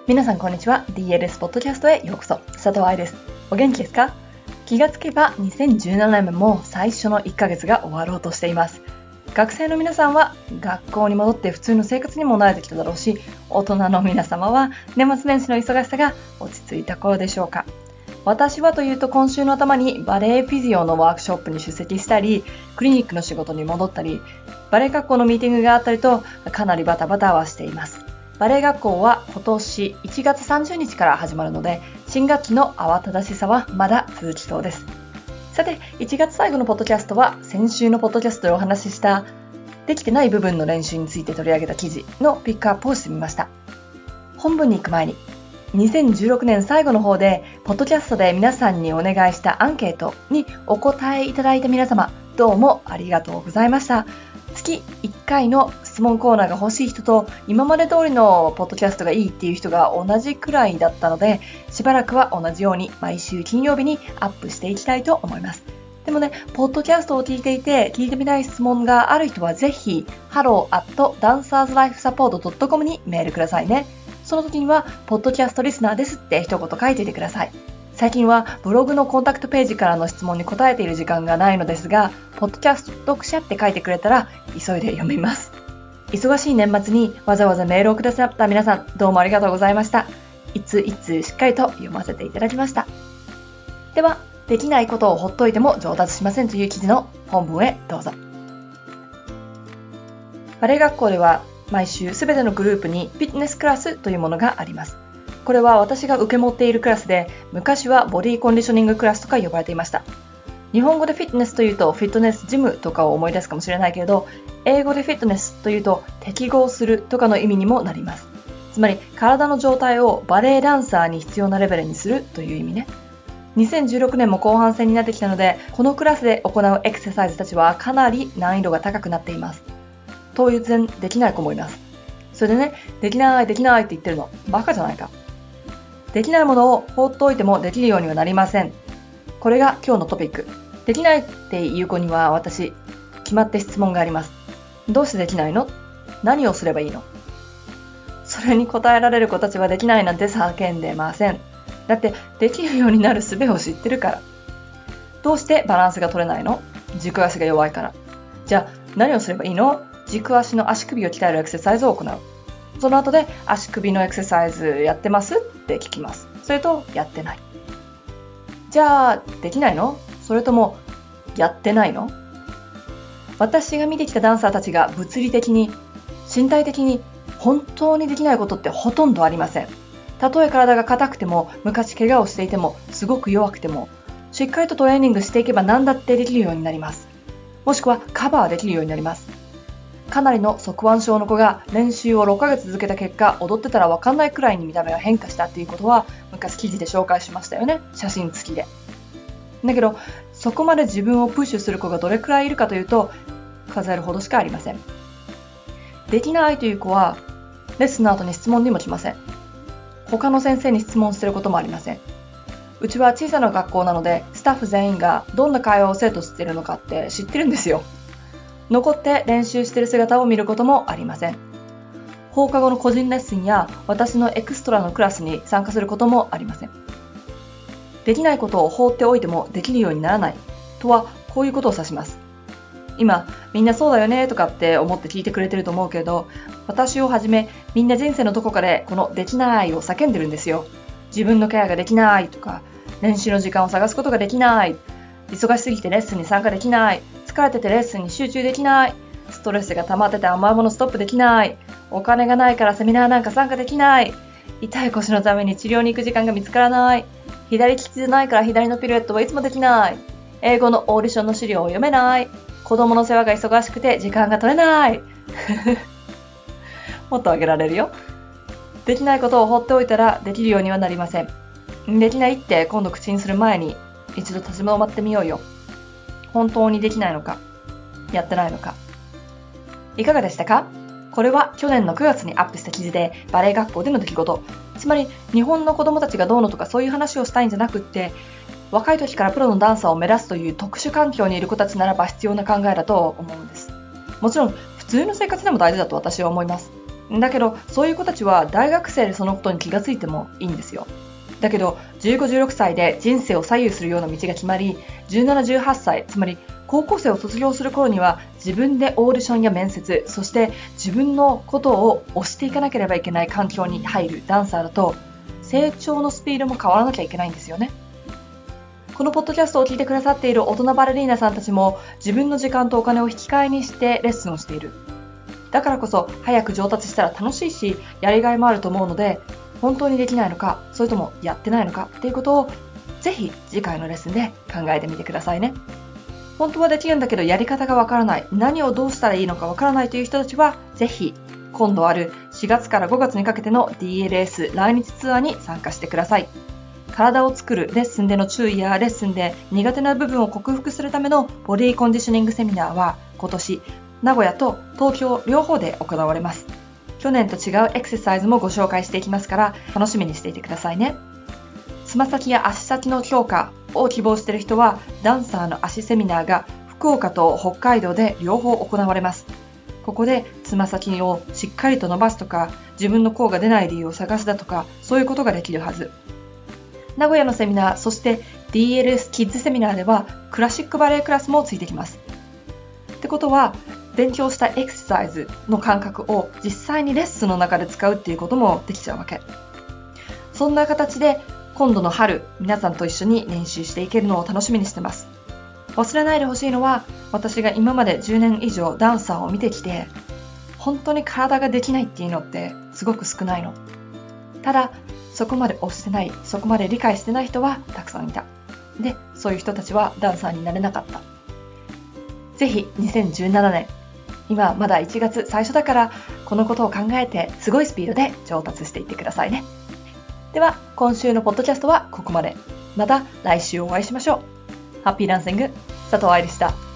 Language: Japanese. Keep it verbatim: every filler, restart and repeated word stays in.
皆さんこんにちは。 ディーエルエス ポッドキャストへようこそ。佐藤愛です。お元気ですか？気がつけばにせんじゅうななねんも最初のいっかげつが終わろうとしています。学生の皆さんは学校に戻って普通の生活にも慣れてきただろうし、大人の皆様は年末年始の忙しさが落ち着いた頃でしょうか。私はというと、今週の頭にバレエフィジオのワークショップに出席したり、クリニックの仕事に戻ったり、バレエ学校のミーティングがあったりと、かなりバタバタはしています。バレエ学校は今年いちがつさんじゅうにちから始まるので、新学期の慌ただしさはまだ続きそうです。さて、いちがつ最後のポッドキャストは、先週のポッドキャストでお話ししたできてない部分の練習について取り上げた記事のピックアップをしてみました。本文に行く前に、にせんじゅうろくねん最後の方でポッドキャストで皆さんにお願いしたアンケートにお答えいただいた皆様、どうもありがとうございました。月いっかいの質問コーナーが欲しい人と、今まで通りのポッドキャストがいいっていう人が同じくらいだったので、しばらくは同じように毎週金曜日にアップしていきたいと思います。でもね、ポッドキャストを聞いていて聞いてみたい質問がある人はぜひ ハロー アット ダンサーズライフサポート ドットコム にメールくださいね。その時にはポッドキャストリスナーですって一言書いていてください。最近はブログのコンタクトページからの質問に答えている時間がないのですが、ポッドキャスト読者って書いてくれたら急いで読みます。忙しい年末にわざわざメールをくださった皆さん、どうもありがとうございました。いついつしっかりと読ませていただきました。では、できないことをほっといても上達しませんという記事の本文へどうぞ。バレエ学校では毎週すべてのグループにフィットネスクラスというものがあります。これは私が受け持っているクラスで、昔はボディコンディショニングクラスとか呼ばれていました。日本語でフィットネスというとフィットネスジムとかを思い出すかもしれないけれど、英語でフィットネスというと適合するとかの意味にもなります。つまり体の状態をバレエダンサーに必要なレベルにするという意味ね。にせんじゅうろくねんも後半戦になってきたので、このクラスで行うエクササイズたちはかなり難易度が高くなっています。当然できない子もいます。それでね、できないできないって言ってるのバカじゃないか。できないものを放っておいてもできるようにはなりません。これが今日のトピック。できないっていう子には私、決まって質問があります。どうしてできないの？何をすればいいの？それに答えられる子たちはできないなんて叫んでません。だってできるようになる術を知ってるから。どうしてバランスが取れないの？軸足が弱いから。じゃあ何をすればいいの？軸足の足首を鍛えるエクササイズを行う。その後で足首のエクササイズやってますって聞きます。それとやってない。じゃあできないの？それともやってないの？私が見てきたダンサーたちが物理的に、身体的に本当にできないことってほとんどありません。たとえ体が硬くても、昔怪我をしていても、すごく弱くても、しっかりとトレーニングしていけば何だってできるようになります。もしくはカバーできるようになります。かなりの側腕症の子が練習をろっかげつ続けた結果、踊ってたら分かんないくらいに見た目が変化したっていうことは昔記事で紹介しましたよね。写真付きで。だけどそこまで自分をプッシュする子がどれくらいいるかというと、数えるほどしかありません。できないという子はレッスンの後に質問にも来ません。他の先生に質問していることもありません。うちは小さな学校なので、スタッフ全員がどんな会話を生徒しているのかって知ってるんですよ。残って練習している姿を見ることもありません。放課後の個人レッスンや私のエクストラのクラスに参加することもありません。できないことを放っておいてもできるようにならないとはこういうことを指します。今みんなそうだよねとかって思って聞いてくれてると思うけれど、私をはじめみんな人生のどこかでこのできないを叫んでるんですよ。自分のケアができないとか、練習の時間を探すことができない、忙しすぎてレッスンに参加できない、疲れててレッスンに集中できない、ストレスが溜まってて甘いものストップできない、お金がないからセミナーなんか参加できない、痛い腰のために治療に行く時間が見つからない、左利きじゃないから左のピルエットはいつもできない、英語のオーディションの資料を読めない、子供の世話が忙しくて時間が取れないもっとあげられるよ。できないことを放っておいたらできるようにはなりません。できないって今度口にする前に一度立ち止まってみようよ。本当にできないのか、やってないのか。いかがでしたか？これは去年のくがつにアップした記事で、バレエ学校での出来事、つまり日本の子供たちがどうのとかそういう話をしたいんじゃなくって、若い時からプロのダンサーを目指すという特殊環境にいる子たちならば必要な考えだと思うんです。もちろん普通の生活でも大事だと私は思います。 だけどそういう子たちは大学生でそのことに気がついてもいいんですよ。だけどじゅうご、じゅうろくさいで人生を左右するような道が決まり、じゅうなな、じゅうはっさい、つまり高校生を卒業する頃には自分でオーディションや面接、そして自分のことを推していかなければいけない環境に入るダンサーだと、成長のスピードも変わらなきゃいけないんですよね。このポッドキャストを聞いてくださっている大人バレリーナさんたちも自分の時間とお金を引き換えにしてレッスンをしている。だからこそ早く上達したら楽しいし、やりがいもあると思うので、本当にできないのか、それともやってないのかっていうことをぜひ次回のレッスンで考えてみてくださいね。本当はできるんだけどやり方がわからない、何をどうしたらいいのかわからないという人たちは、ぜひ今度あるしがつからごがつにかけての ディーエルエス 来日ツアーに参加してください。体を作るレッスンでの注意やレッスンで苦手な部分を克服するためのボディコンディショニングセミナーは今年名古屋と東京両方で行われます。去年と違うエクササイズもご紹介していきますから楽しみにしていてくださいね。つま先や足先の強化を希望している人はダンサーの足セミナーが福岡と北海道で両方行われます。ここでつま先をしっかりと伸ばすとか、自分の甲が出ない理由を探すだとか、そういうことができるはず。名古屋のセミナー、そして ディーエルエス キッズセミナーではクラシックバレエクラスもついてきます。ってことは勉強したエクササイズの感覚を実際にレッスンの中で使うっていうこともできちゃうわけ。そんな形で今度の春、皆さんと一緒に練習していけるのを楽しみにしてます。忘れないでほしいのは、私が今までじゅうねん以上ダンサーを見てきて、本当に体ができないっていうのってすごく少ないの。ただ、そこまで推してない、そこまで理解してない人はたくさんいた。で、そういう人たちはダンサーになれなかった。ぜひにせんじゅうななねん、今まだいちがつ最初だから、このことを考えてすごいスピードで上達していってくださいね。では、今週のポッドキャストはここまで。また来週お会いしましょう。ハッピーダンシング、佐藤愛でした。